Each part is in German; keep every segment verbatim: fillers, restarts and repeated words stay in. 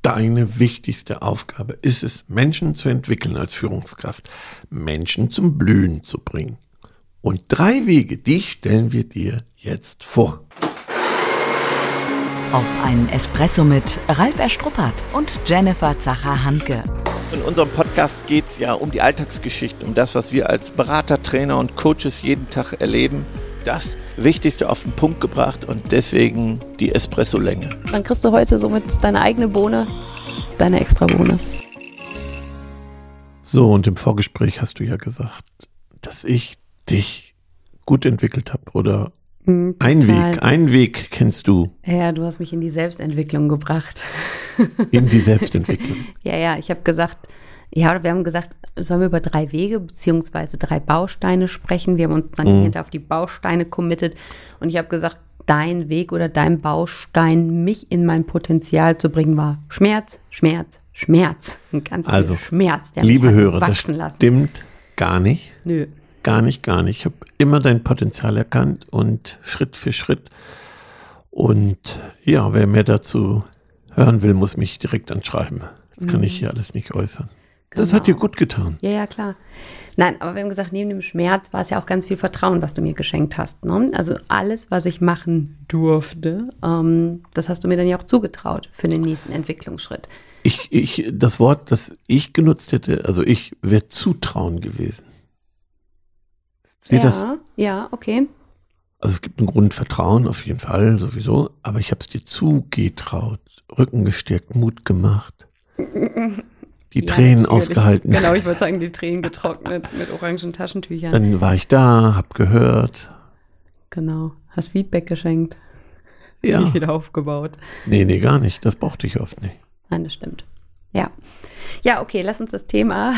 deine wichtigste Aufgabe ist es, Menschen zu entwickeln als Führungskraft, Menschen zum Blühen zu bringen. Und drei Wege, die stellen wir dir jetzt vor. Auf einen Espresso mit Ralf Erstruppert und Jennifer Zacher-Handke. In unserem Podcast geht es ja um die Alltagsgeschichten, um das, was wir als Berater, Trainer und Coaches jeden Tag erleben. Das Wichtigste auf den Punkt gebracht und deswegen die Espresso-Länge. Dann kriegst du heute somit deine eigene Bohne, deine Extra-Bohne. So, und im Vorgespräch hast du ja gesagt, dass ich dich gut entwickelt habe, oder? Mhm, ein Weg, ein Weg kennst du. Ja, du hast mich in die Selbstentwicklung gebracht. In die Selbstentwicklung. Ja, ja, ich habe gesagt, ja, wir haben gesagt, sollen wir über drei Wege beziehungsweise drei Bausteine sprechen. Wir haben uns dann mhm. hinter auf die Bausteine committed und ich habe gesagt, dein Weg oder dein Baustein, mich in mein Potenzial zu bringen, war Schmerz, Schmerz, Schmerz. Und ganz viel also, Schmerz, der liebe mich Hörer, das wachsen lassen. Stimmt gar nicht. Nö. Gar nicht, gar nicht. Ich habe immer dein Potenzial erkannt und Schritt für Schritt. Und ja, wer mehr dazu hören will, muss mich direkt anschreiben. Das kann mhm. ich hier alles nicht äußern. Das Genau. hat dir gut getan. Ja, ja, klar. Nein, aber wir haben gesagt, neben dem Schmerz war es ja auch ganz viel Vertrauen, was du mir geschenkt hast. Ne? Also alles, was ich machen durfte, ähm, das hast du mir dann ja auch zugetraut für den nächsten Entwicklungsschritt. Ich, ich, das Wort, das ich genutzt hätte, also ich wäre Zutrauen gewesen. Seht ja, das? Ja, okay. Also es gibt ein Grundvertrauen auf jeden Fall, sowieso, aber ich habe es dir zugetraut, Rücken gestärkt, Mut gemacht. Die ja, Tränen ausgehalten. Genau, ich wollte sagen, die Tränen getrocknet mit orangen Taschentüchern. Dann war ich da, hab gehört. Genau, hast Feedback geschenkt. Ja. Nicht wieder aufgebaut. Nee, nee, gar nicht. Das brauchte ich oft nicht. Nein, das stimmt. Ja. Ja, okay, lass uns das Thema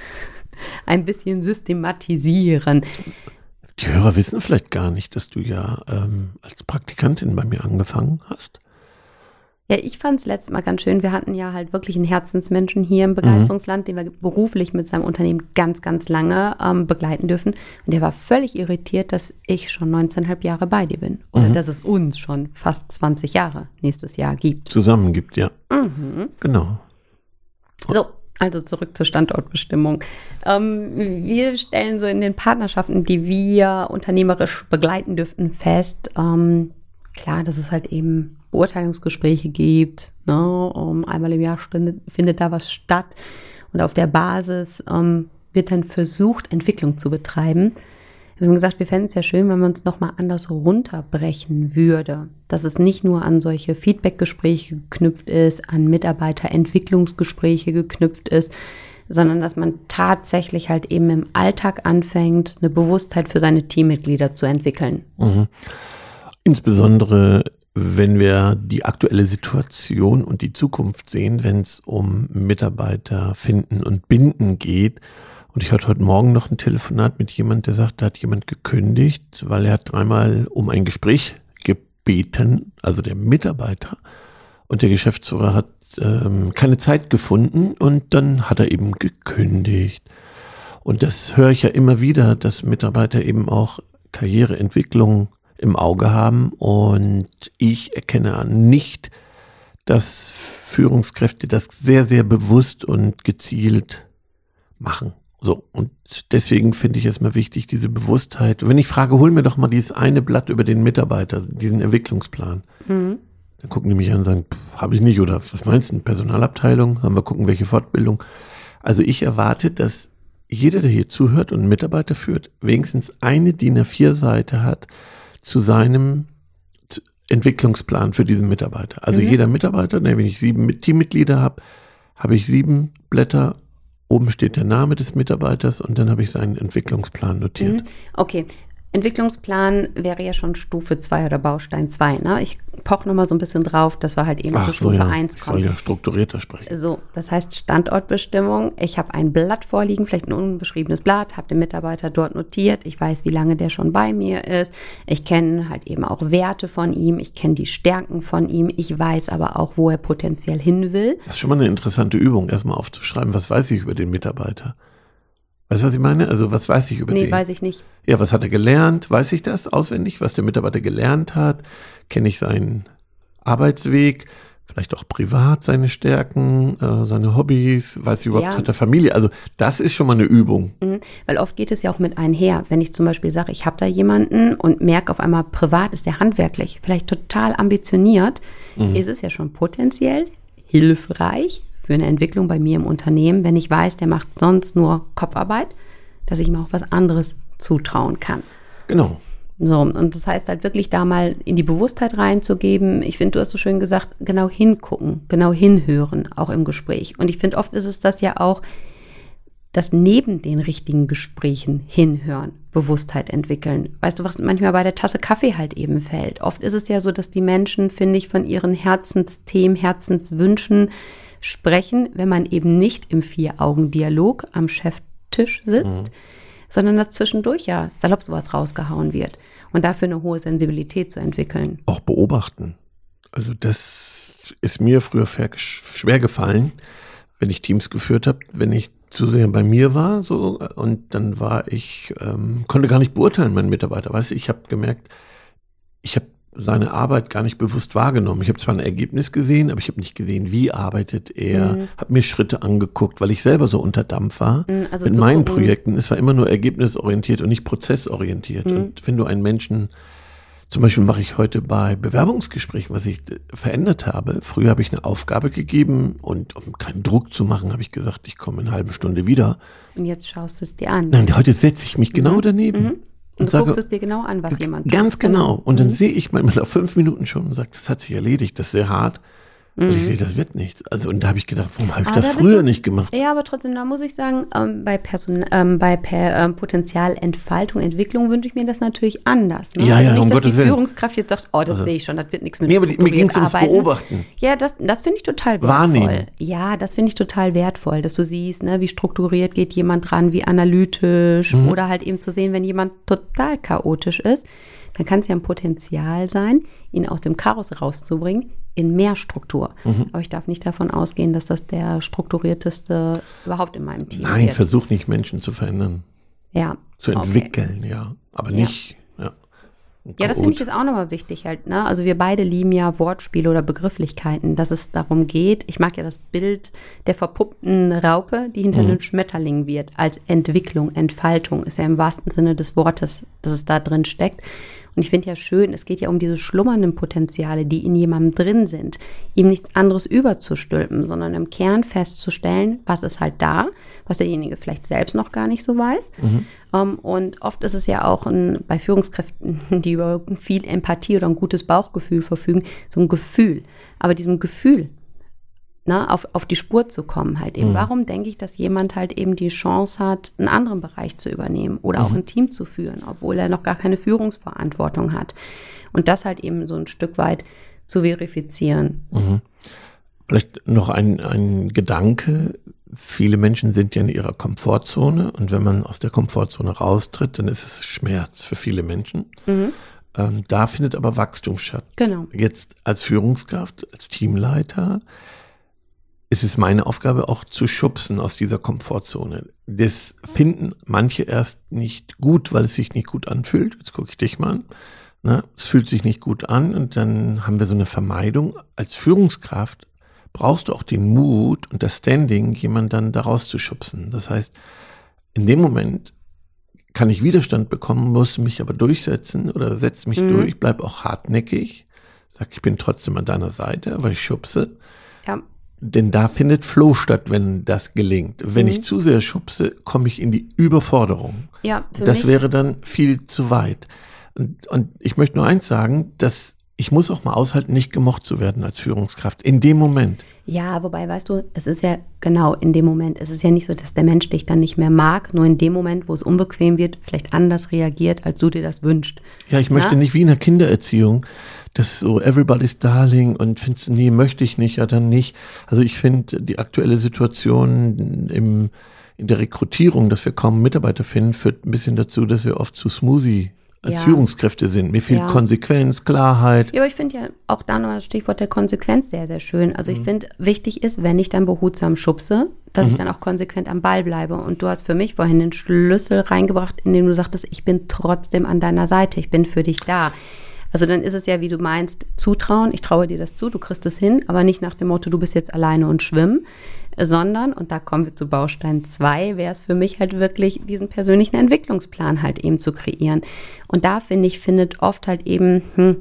ein bisschen systematisieren. Die Hörer wissen vielleicht gar nicht, dass du ja ähm, als Praktikantin bei mir angefangen hast. Ja, ich fand es letztes Mal ganz schön. Wir hatten ja halt wirklich einen Herzensmenschen hier im Begeisterungsland, mhm. den wir beruflich mit seinem Unternehmen ganz, ganz lange ähm, begleiten dürfen. Und der war völlig irritiert, dass ich schon neunzehneinhalb Jahre bei dir bin. Oder mhm. dass es uns schon fast zwanzig Jahre nächstes Jahr gibt. Zusammen gibt, ja. Mhm. Genau. So, also zurück zur Standortbestimmung. Ähm, wir stellen so in den Partnerschaften, die wir unternehmerisch begleiten dürften, fest, ähm, klar, dass es halt eben Beurteilungsgespräche gibt, ne? um, einmal im Jahr findet, findet da was statt und auf der Basis ähm, wird dann versucht, Entwicklung zu betreiben. Wir haben gesagt, wir fänden es ja schön, wenn man es nochmal anders runterbrechen würde, dass es nicht nur an solche Feedbackgespräche geknüpft ist, an Mitarbeiterentwicklungsgespräche geknüpft ist, sondern dass man tatsächlich halt eben im Alltag anfängt, eine Bewusstheit für seine Teammitglieder zu entwickeln. Mhm. Insbesondere, wenn wir die aktuelle Situation und die Zukunft sehen, wenn es um Mitarbeiter finden und binden geht. Und ich hatte heute Morgen noch ein Telefonat mit jemandem, der sagt, da hat jemand gekündigt, weil er hat dreimal um ein Gespräch gebeten, also der Mitarbeiter. Und der Geschäftsführer hat ähm, keine Zeit gefunden und dann hat er eben gekündigt. Und das höre ich ja immer wieder, dass Mitarbeiter eben auch Karriereentwicklung im Auge haben und ich erkenne nicht, dass Führungskräfte das sehr, sehr bewusst und gezielt machen. So, und deswegen finde ich es mal wichtig, diese Bewusstheit. Und wenn ich frage, hol mir doch mal dieses eine Blatt über den Mitarbeiter, diesen Entwicklungsplan. Mhm. Dann gucken die mich an und sagen, habe ich nicht, oder was meinst du, eine Personalabteilung? Haben wir gucken, welche Fortbildung. Also ich erwarte, dass jeder, der hier zuhört und einen Mitarbeiter führt, wenigstens eine D I N A vier Seite hat, zu seinem Entwicklungsplan für diesen Mitarbeiter. Also mhm. jeder Mitarbeiter, wenn ich sieben Teammitglieder habe, habe ich sieben Blätter, oben steht der Name des Mitarbeiters und dann habe ich seinen Entwicklungsplan notiert. Mhm. Okay, Entwicklungsplan wäre ja schon Stufe zwei oder Baustein zwei. Ne? Ich poche nochmal so ein bisschen drauf, dass wir halt eben Ach zu so, Stufe ja. eins kommen. Ich soll ja strukturierter sprechen. So, das heißt Standortbestimmung. Ich habe ein Blatt vorliegen, vielleicht ein unbeschriebenes Blatt, habe den Mitarbeiter dort notiert. Ich weiß, wie lange der schon bei mir ist. Ich kenne halt eben auch Werte von ihm. Ich kenne die Stärken von ihm. Ich weiß aber auch, wo er potenziell hin will. Das ist schon mal eine interessante Übung, erstmal aufzuschreiben, was weiß ich über den Mitarbeiter. Weißt du, was ich meine? Also was weiß ich über nee, den? Nee, weiß ich nicht. Ja, was hat er gelernt? Weiß ich das auswendig, was der Mitarbeiter gelernt hat? Kenne ich seinen Arbeitsweg? vielleicht auch privat seine Stärken, äh, seine Hobbys, weiß ich überhaupt, Ja. hat er Familie. Also das ist schon mal eine Übung. Mhm. Weil oft geht es ja auch mit einher. Wenn ich zum Beispiel sage, ich habe da jemanden und merke auf einmal, privat ist der handwerklich, vielleicht total ambitioniert, Mhm. ist es ja schon potenziell hilfreich für eine Entwicklung bei mir im Unternehmen, wenn ich weiß, der macht sonst nur Kopfarbeit, dass ich ihm auch was anderes zutrauen kann. Genau. So, und das heißt halt wirklich da mal in die Bewusstheit reinzugeben. Ich finde, du hast so schön gesagt, genau hingucken, genau hinhören, auch im Gespräch. Und ich finde, oft ist es das ja auch, dass neben den richtigen Gesprächen hinhören, Bewusstheit entwickeln. Weißt du, was manchmal bei der Tasse Kaffee halt eben fällt? Oft ist es ja so, dass die Menschen, finde ich, von ihren Herzensthemen, Herzenswünschen sprechen, wenn man eben nicht im Vier-Augen-Dialog am Cheftisch sitzt, mhm. sondern dass zwischendurch ja salopp sowas rausgehauen wird. Und dafür eine hohe Sensibilität zu entwickeln. Auch beobachten. Also das ist mir früher schwer gefallen, wenn ich Teams geführt habe, wenn ich zu sehr bei mir war, so, und dann war ich, ähm, konnte gar nicht beurteilen, meinen Mitarbeiter. Weißt du, ich habe gemerkt, ich habe seine Arbeit gar nicht bewusst wahrgenommen. Ich habe zwar ein Ergebnis gesehen, aber ich habe nicht gesehen, wie arbeitet er, mhm. habe mir Schritte angeguckt, weil ich selber so unter Dampf war. Also mit meinen gucken. Projekten. Es war immer nur ergebnisorientiert und nicht prozessorientiert. Mhm. Und wenn du einen Menschen, zum Beispiel mache ich heute bei Bewerbungsgesprächen, was ich verändert habe. Früher habe ich eine Aufgabe gegeben und um keinen Druck zu machen, habe ich gesagt, ich komme in einer halben Stunde wieder. Und jetzt schaust du es dir an. Nein, heute setze ich mich genau mhm. daneben. Mhm. Und, und du sage, guckst es dir genau an, was jemand tut. Ganz genau. Und dann mhm. sehe ich manchmal nach fünf Minuten schon und sage, das hat sich erledigt, das ist sehr hart. Mhm. Und ich sehe, das wird nichts. Also, und da habe ich gedacht, warum habe ich aber das da früher du, nicht gemacht? Ja, aber trotzdem, da muss ich sagen, ähm, bei, Person, ähm, bei per, ähm, Potenzialentfaltung, Entwicklung wünsche ich mir das natürlich anders. Ne? Ja, also ja, nicht, um dass Gottes die Willen. Führungskraft jetzt sagt, oh, das also, sehe ich schon, das wird nichts mit nee, aber mir ging es ums Beobachten. Ja, das, das finde ich total wertvoll. Wahrnehmen. Ja, das finde ich total wertvoll, dass du siehst, ne, wie strukturiert geht jemand dran, wie analytisch mhm. oder halt eben zu sehen, wenn jemand total chaotisch ist, dann kann es ja ein Potenzial sein, ihn aus dem Chaos rauszubringen in mehr Struktur. Mhm. Aber ich darf nicht davon ausgehen, dass das der strukturierteste überhaupt in meinem Team ist. Nein, wird. versuch nicht, Menschen zu verändern. Ja. Zu entwickeln, okay. ja. Aber nicht, ja. ja. Ja, das finde ich jetzt auch nochmal wichtig halt, ne? Also wir beide lieben ja Wortspiele oder Begrifflichkeiten, dass es darum geht. Ich mag ja das Bild der verpuppten Raupe, die hinter mhm. einem Schmetterling wird, als Entwicklung, Entfaltung, ist ja im wahrsten Sinne des Wortes, dass es da drin steckt. Und ich finde ja schön, es geht ja um diese schlummernden Potenziale, die in jemandem drin sind, ihm nichts anderes überzustülpen, sondern im Kern festzustellen, was ist halt da, was derjenige vielleicht selbst noch gar nicht so weiß. Mhm. Um, und oft ist es ja auch ein, bei Führungskräften, die über viel Empathie oder ein gutes Bauchgefühl verfügen, so ein Gefühl. Aber diesem Gefühl, na, auf, auf die Spur zu kommen halt eben. Mhm. Warum denke ich, dass jemand halt eben die Chance hat, einen anderen Bereich zu übernehmen oder mhm. auch ein Team zu führen, obwohl er noch gar keine Führungsverantwortung hat. Und das halt eben so ein Stück weit zu verifizieren. Mhm. Vielleicht noch ein, ein Gedanke. Viele Menschen sind ja in ihrer Komfortzone und wenn man aus der Komfortzone raustritt, dann ist es Schmerz für viele Menschen. Mhm. Ähm, da findet aber Wachstum statt. Genau. Jetzt als Führungskraft, als Teamleiter ist es meine Aufgabe, auch zu schubsen aus dieser Komfortzone. Das finden manche erst nicht gut, weil es sich nicht gut anfühlt. Jetzt gucke ich dich mal an. Na, es fühlt sich nicht gut an und dann haben wir so eine Vermeidung. Als Führungskraft brauchst du auch den Mut und das Standing, jemanden dann da rauszuschubsen. Das heißt, in dem Moment kann ich Widerstand bekommen, muss mich aber durchsetzen oder setze mich mhm. durch, bleib auch hartnäckig, sag, ich bin trotzdem an deiner Seite, aber ich schubse. Ja. Denn da findet Flow statt, wenn das gelingt. Wenn mhm. ich zu sehr schubse, komme ich in die Überforderung. Ja, für das mich wäre dann viel zu weit. Und, und ich möchte nur eins sagen, dass ich muss auch mal aushalten, nicht gemocht zu werden als Führungskraft. In dem Moment. Ja, wobei, weißt du, es ist ja genau in dem Moment. Es ist ja nicht so, dass der Mensch dich dann nicht mehr mag, nur in dem Moment, wo es unbequem wird, vielleicht anders reagiert, als du dir das wünschst. Ja, ich möchte Na? nicht wie in der Kindererziehung, dass so everybody's darling und findest du, nee, möchte ich nicht, ja dann nicht. Also ich finde die aktuelle Situation im, in der Rekrutierung, dass wir kaum Mitarbeiter finden, führt ein bisschen dazu, dass wir oft zu smoothie als ja. Führungskräfte sind. Mir fehlt ja. Konsequenz, Klarheit. Ja, aber ich finde ja auch da noch das Stichwort der Konsequenz sehr, sehr schön. Also ich mhm. finde, wichtig ist, wenn ich dann behutsam schubse, dass mhm. ich dann auch konsequent am Ball bleibe. Und du hast für mich vorhin den Schlüssel reingebracht, indem du sagtest, ich bin trotzdem an deiner Seite, ich bin für dich da. Also dann ist es ja, wie du meinst, zutrauen, ich traue dir das zu, du kriegst es hin, aber nicht nach dem Motto, du bist jetzt alleine und schwimm, sondern, und da kommen wir zu Baustein zwei, wäre es für mich halt wirklich, diesen persönlichen Entwicklungsplan halt eben zu kreieren. Und da, finde ich, findet oft halt eben hm,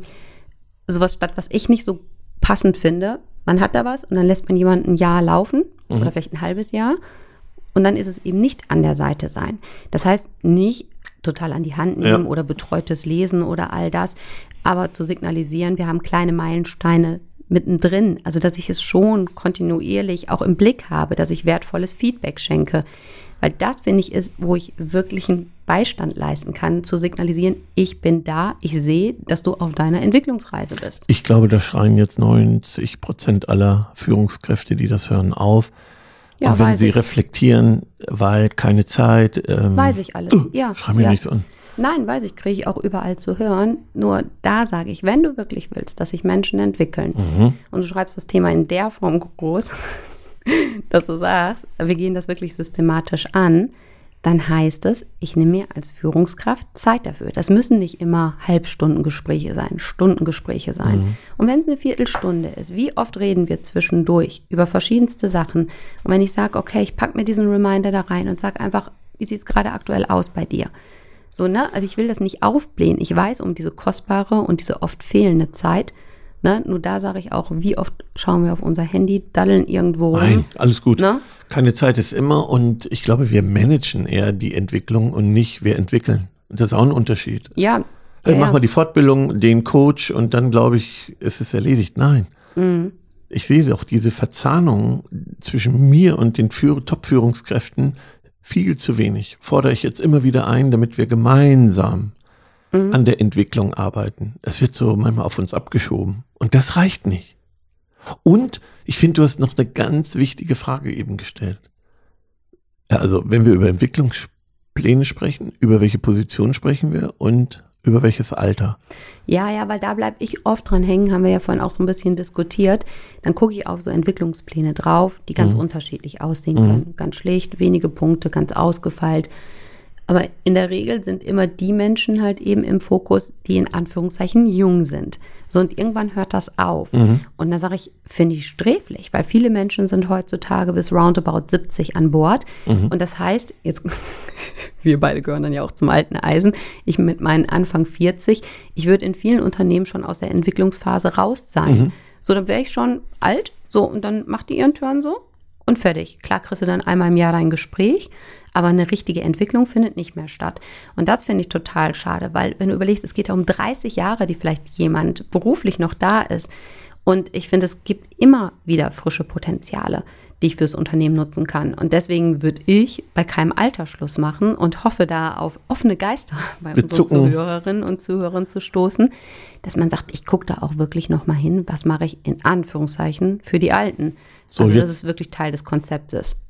sowas statt, was ich nicht so passend finde. Man hat da was und dann lässt man jemanden ein Jahr laufen mhm. oder vielleicht ein halbes Jahr und dann ist es eben nicht an der Seite sein. Das heißt, nicht total an die Hand nehmen ja. oder betreutes Lesen oder all das, aber zu signalisieren, wir haben kleine Meilensteine mittendrin, also dass ich es schon kontinuierlich auch im Blick habe, dass ich wertvolles Feedback schenke, weil das, finde ich, ist, wo ich wirklich einen Beistand leisten kann, zu signalisieren, ich bin da, ich sehe, dass du auf deiner Entwicklungsreise bist. Ich glaube, da schreien jetzt neunzig Prozent aller Führungskräfte, die das hören, auf. Ja, und wenn sie ich. reflektieren, weil keine Zeit. Ähm, weiß ich alles, uh, ja. Schrei mir ja. nichts an. Nein, weiß ich, kriege ich auch überall zu hören. Nur da sage ich, wenn du wirklich willst, dass sich Menschen entwickeln mhm. und du schreibst das Thema in der Form groß, dass du sagst, wir gehen das wirklich systematisch an, dann heißt es, ich nehme mir als Führungskraft Zeit dafür. Das müssen nicht immer Halbstundengespräche sein, Stundengespräche sein. Mhm. Und wenn es eine Viertelstunde ist, wie oft reden wir zwischendurch über verschiedenste Sachen? Und wenn ich sage, okay, ich packe mir diesen Reminder da rein und sage einfach, wie sieht es gerade aktuell aus bei dir? So, ne? Also ich will das nicht aufblähen. Ich weiß um diese kostbare und diese oft fehlende Zeit. Ne? Nur da sage ich auch, wie oft schauen wir auf unser Handy, daddeln irgendwo rum. Nein, alles gut. Ne? Keine Zeit ist immer und ich glaube, wir managen eher die Entwicklung und nicht wir entwickeln. Das ist auch ein Unterschied. Ja. Dann ja, machen ja. wir die Fortbildung, den Coach und dann glaube ich, ist es erledigt. Nein. Mhm. Ich sehe doch diese Verzahnung zwischen mir und den Führ- Top-Führungskräften viel zu wenig. Fordere ich jetzt immer wieder ein, damit wir gemeinsam mhm. an der Entwicklung arbeiten. Es wird so manchmal auf uns abgeschoben. Und das reicht nicht. Und ich finde, du hast noch eine ganz wichtige Frage eben gestellt. Also, wenn wir über Entwicklungspläne sprechen, über welche Position sprechen wir und über welches Alter? Ja, ja, weil da bleibe ich oft dran hängen, haben wir ja vorhin auch so ein bisschen diskutiert. Dann gucke ich auf so Entwicklungspläne drauf, die ganz mhm. unterschiedlich aussehen können. Mhm. Ganz schlicht, wenige Punkte, ganz ausgefeilt. Aber in der Regel sind immer die Menschen halt eben im Fokus, die in Anführungszeichen jung sind. So, und irgendwann hört das auf. Mhm. Und da sage ich, finde ich sträflich, weil viele Menschen sind heutzutage bis roundabout siebzig an Bord. Mhm. Und das heißt, jetzt, wir beide gehören dann ja auch zum alten Eisen, ich mit meinen Anfang vierzig, ich würde in vielen Unternehmen schon aus der Entwicklungsphase raus sein. Mhm. So, dann wäre ich schon alt, so, und dann macht die ihren Turn so und fertig. Klar kriegst du dann einmal im Jahr dein Gespräch, aber eine richtige Entwicklung findet nicht mehr statt. Und das finde ich total schade, weil wenn du überlegst, es geht ja um dreißig Jahre, die vielleicht jemand beruflich noch da ist. Und ich finde, es gibt immer wieder frische Potenziale, die ich fürs Unternehmen nutzen kann. Und deswegen würde ich bei keinem Alter Schluss machen und hoffe da auf offene Geister bei Wir unseren zucken. Zuhörerinnen und Zuhörern zu stoßen, dass man sagt, ich gucke da auch wirklich nochmal hin, was mache ich in Anführungszeichen für die Alten. So, also, jetzt, dass es wirklich Teil des Konzepts ist.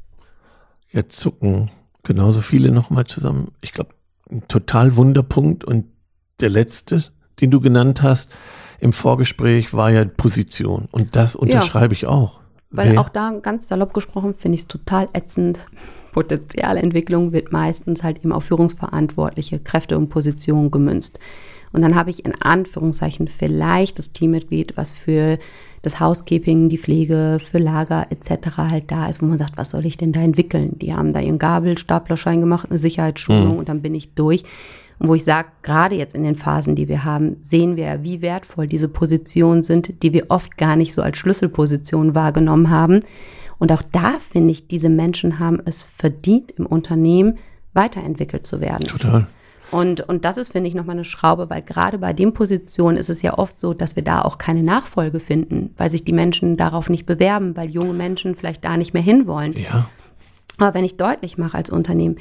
Jetzt zucken genauso viele nochmal zusammen. Ich glaube, ein total Wunderpunkt und der letzte, den du genannt hast im Vorgespräch, war ja Position. Und das unterschreibe ja, ich auch. Weil Wer? auch da, ganz salopp gesprochen, finde ich es total ätzend. Potenzialentwicklung wird meistens halt eben auf führungsverantwortliche Kräfte und Positionen gemünzt. Und dann habe ich in Anführungszeichen vielleicht das Teammitglied, was für das Housekeeping, die Pflege, für Lager et cetera halt da ist, wo man sagt, was soll ich denn da entwickeln? Die haben da ihren Gabelstaplerschein gemacht, eine Sicherheitsschulung mhm. und dann bin ich durch. Und wo ich sage, gerade jetzt in den Phasen, die wir haben, sehen wir, wie wertvoll diese Positionen sind, die wir oft gar nicht so als Schlüsselposition wahrgenommen haben. Und auch da finde ich, diese Menschen haben es verdient, im Unternehmen weiterentwickelt zu werden. Total. Und, und das ist, finde ich, nochmal eine Schraube, weil gerade bei den Positionen ist es ja oft so, dass wir da auch keine Nachfolge finden, weil sich die Menschen darauf nicht bewerben, weil junge Menschen vielleicht da nicht mehr hinwollen. Ja. Aber wenn ich deutlich mache als Unternehmen,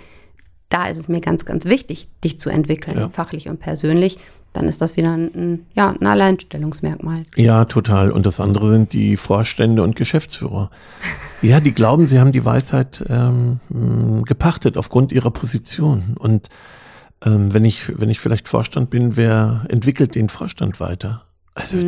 da ist es mir ganz, ganz wichtig, dich zu entwickeln, ja. fachlich und persönlich, dann ist das wieder ein, ein, ja, ein Alleinstellungsmerkmal. Ja, total. Und das andere sind die Vorstände und Geschäftsführer. Ja, die glauben, sie haben die Weisheit ähm, gepachtet aufgrund ihrer Position. Und ähm, wenn ich wenn ich vielleicht Vorstand bin, wer entwickelt den Vorstand weiter? Also Mhm.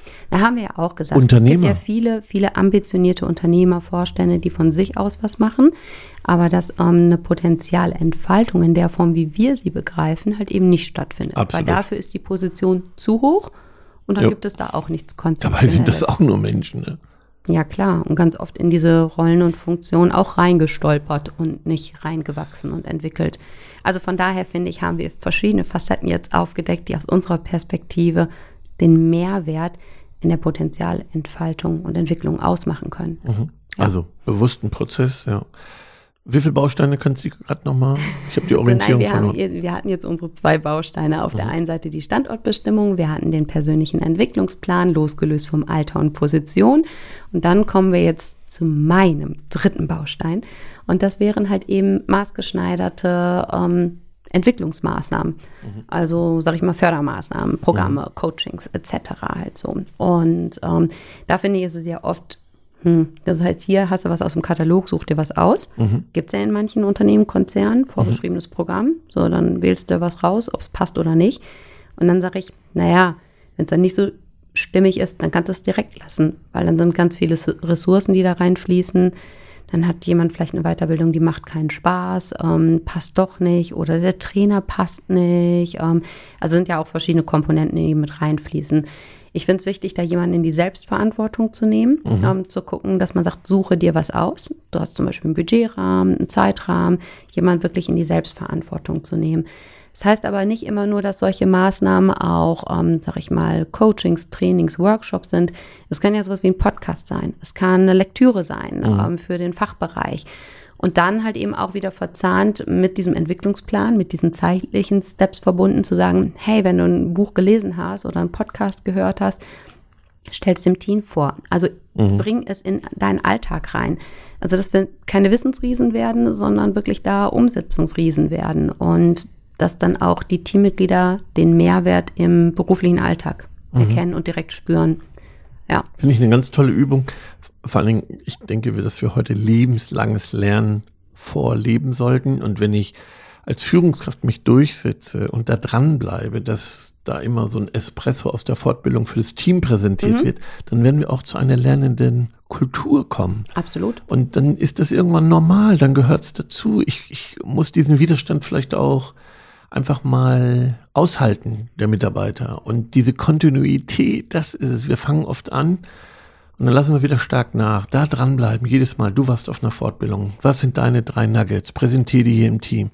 Da haben wir ja auch gesagt, Unternehmer. es gibt ja viele, viele ambitionierte Unternehmer, Vorstände, die von sich aus was machen, aber dass ähm, eine Potenzialentfaltung in der Form, wie wir sie begreifen, halt eben nicht stattfindet. Absolut. Weil dafür ist die Position zu hoch und dann Ja. gibt es da auch nichts Konzeptionelles. Dabei sind das auch nur Menschen, ne? Ja, klar. Und ganz oft in diese Rollen und Funktionen auch reingestolpert und nicht reingewachsen und entwickelt. Also von daher finde ich, haben wir verschiedene Facetten jetzt aufgedeckt, die aus unserer Perspektive den Mehrwert in der Potenzialentfaltung und Entwicklung ausmachen können. Mhm. Also bewussten Prozess, ja. Wie viele Bausteine können Sie gerade nochmal? Ich habe die Orientierung so, nein, wir, verloren. haben, wir hatten jetzt unsere zwei Bausteine. Auf mhm. der einen Seite die Standortbestimmung, wir hatten den persönlichen Entwicklungsplan, losgelöst vom Alter und Position. Und dann kommen wir jetzt zu meinem dritten Baustein. Und das wären halt eben maßgeschneiderte ähm, Entwicklungsmaßnahmen. Mhm. Also, sag ich mal, Fördermaßnahmen, Programme, mhm. Coachings et cetera halt so. Und ähm, da finde ich, ist es ja oft Das heißt, hier hast du was aus dem Katalog, such dir was aus. Mhm. Gibt es ja in manchen Unternehmen, Konzernen, vorgeschriebenes mhm. Programm. So, dann wählst du was raus, ob es passt oder nicht. Und dann sage ich, naja, wenn es dann nicht so stimmig ist, dann kannst du es direkt lassen. Weil dann sind ganz viele Ressourcen, die da reinfließen. Dann hat jemand vielleicht eine Weiterbildung, die macht keinen Spaß, ähm, passt doch nicht oder der Trainer passt nicht. Ähm, also sind ja auch verschiedene Komponenten, die mit reinfließen. Ich finde es wichtig, da jemanden in die Selbstverantwortung zu nehmen, mhm. um zu gucken, dass man sagt, suche dir was aus. Du hast zum Beispiel einen Budgetrahmen, einen Zeitrahmen, jemanden wirklich in die Selbstverantwortung zu nehmen. Das heißt aber nicht immer nur, dass solche Maßnahmen auch, ähm, sag ich mal, Coachings, Trainings, Workshops sind. Es kann ja sowas wie ein Podcast sein. Es kann eine Lektüre sein mhm. ähm, für den Fachbereich. Und dann halt eben auch wieder verzahnt mit diesem Entwicklungsplan, mit diesen zeitlichen Steps verbunden, zu sagen, hey, wenn du ein Buch gelesen hast oder einen Podcast gehört hast, stell es dem Team vor. Also mhm. bring es in deinen Alltag rein. Also dass wir keine Wissensriesen werden, sondern wirklich da Umsetzungsriesen werden. Und dass dann auch die Teammitglieder den Mehrwert im beruflichen Alltag mhm. erkennen und direkt spüren. Ja. Finde ich eine ganz tolle Übung. Vor allen Dingen, ich denke, dass wir heute lebenslanges Lernen vorleben sollten. Und wenn ich als Führungskraft mich durchsetze und da dranbleibe, dass da immer so ein Espresso aus der Fortbildung für das Team präsentiert mhm. wird, dann werden wir auch zu einer lernenden Kultur kommen. Absolut. Und dann ist das irgendwann normal, dann gehört es dazu. Ich, ich muss diesen Widerstand vielleicht auch einfach mal aushalten, der Mitarbeiter. Und diese Kontinuität, das ist es. Wir fangen oft an und dann lassen wir wieder stark nach. Da dranbleiben, jedes Mal. Du warst auf einer Fortbildung. Was sind deine drei Nuggets? Präsentiere die hier im Team.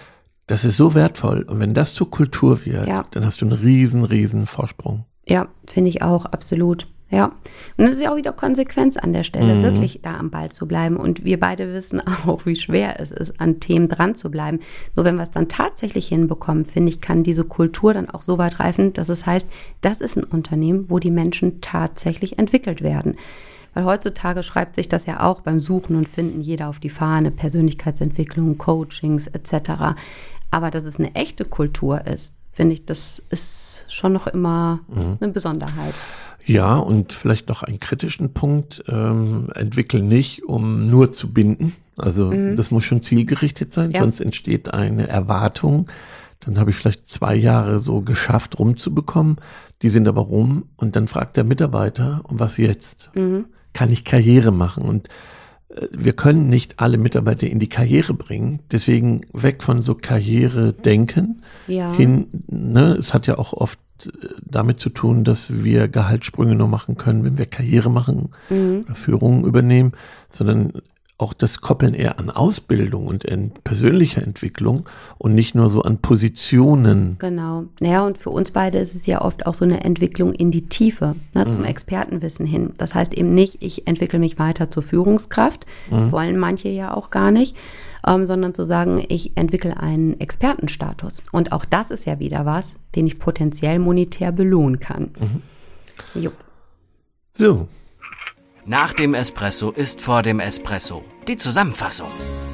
Das ist so wertvoll. Und wenn das zur Kultur wird, ja. dann hast du einen riesen, riesen Vorsprung. Ja, finde ich auch, absolut. Ja, und das ist ja auch wieder Konsequenz an der Stelle, mhm. wirklich da am Ball zu bleiben. Und wir beide wissen auch, wie schwer es ist, an Themen dran zu bleiben. Nur wenn wir es dann tatsächlich hinbekommen, finde ich, kann diese Kultur dann auch so weit reifen, dass es heißt, das ist ein Unternehmen, wo die Menschen tatsächlich entwickelt werden. Weil heutzutage schreibt sich das ja auch beim Suchen und Finden jeder auf die Fahne, Persönlichkeitsentwicklung, Coachings et cetera. Aber dass es eine echte Kultur ist, finde ich, das ist schon noch immer mhm. eine Besonderheit. Ja, und vielleicht noch einen kritischen Punkt, ähm, entwickeln nicht, um nur zu binden. Also mhm. das muss schon zielgerichtet sein, ja. sonst entsteht eine Erwartung. Dann habe ich vielleicht zwei Jahre so geschafft, rumzubekommen. Die sind aber rum und dann fragt der Mitarbeiter, und was jetzt? Mhm. Kann ich Karriere machen? Und äh, wir können nicht alle Mitarbeiter in die Karriere bringen. Deswegen weg von so Karriere-Denken ja. hin. Ne, es hat ja auch oft damit zu tun, dass wir Gehaltssprünge nur machen können, wenn wir Karriere machen mhm. oder Führung übernehmen, sondern auch das Koppeln eher an Ausbildung und in persönlicher Entwicklung und nicht nur so an Positionen. Genau. Naja, und für uns beide ist es ja oft auch so eine Entwicklung in die Tiefe, ne, mhm. zum Expertenwissen hin. Das heißt eben nicht, ich entwickle mich weiter zur Führungskraft, mhm. wollen manche ja auch gar nicht, ähm, sondern zu sagen, ich entwickle einen Expertenstatus. Und auch das ist ja wieder was, den ich potenziell monetär belohnen kann. Mhm. Jupp. So. Nach dem Espresso ist vor dem Espresso. Die Zusammenfassung.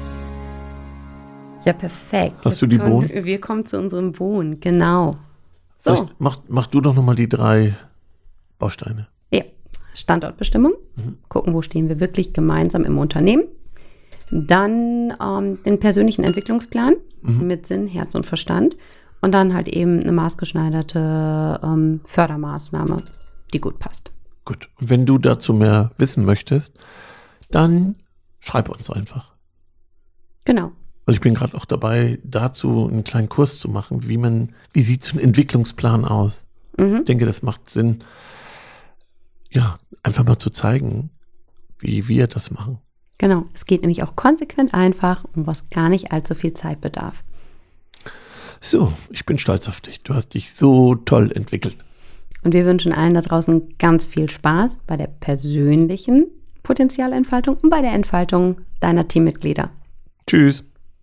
Ja, perfekt. Hast Jetzt du die kommen, Bohnen? Wir kommen zu unserem Bohnen, genau. So. Mach, mach du doch nochmal die drei Bausteine. Ja, Standortbestimmung. Mhm. Gucken, wo stehen wir wirklich gemeinsam im Unternehmen. Dann ähm, den persönlichen Entwicklungsplan mhm. mit Sinn, Herz und Verstand. Und dann halt eben eine maßgeschneiderte ähm, Fördermaßnahme, die gut passt. Gut. Und wenn du dazu mehr wissen möchtest, dann schreib uns einfach. Genau. Also ich bin gerade auch dabei, dazu einen kleinen Kurs zu machen, wie man, wie sieht so ein Entwicklungsplan aus? Mhm. Ich denke, das macht Sinn, ja, einfach mal zu zeigen, wie wir das machen. Genau. Es geht nämlich auch konsequent einfach und was gar nicht allzu viel Zeit bedarf. So, ich bin stolz auf dich. Du hast dich so toll entwickelt. Und wir wünschen allen da draußen ganz viel Spaß bei der persönlichen Potenzialentfaltung und bei der Entfaltung deiner Teammitglieder. Tschüss.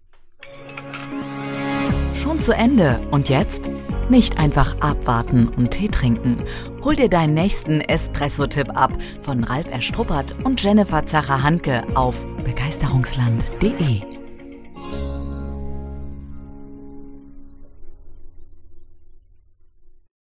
Schon zu Ende. Und jetzt? Nicht einfach abwarten und Tee trinken. Hol dir deinen nächsten Espresso-Tipp ab von Ralf Erstruppert und Jennifer Zacher-Hanke auf begeisterungsland punkt de.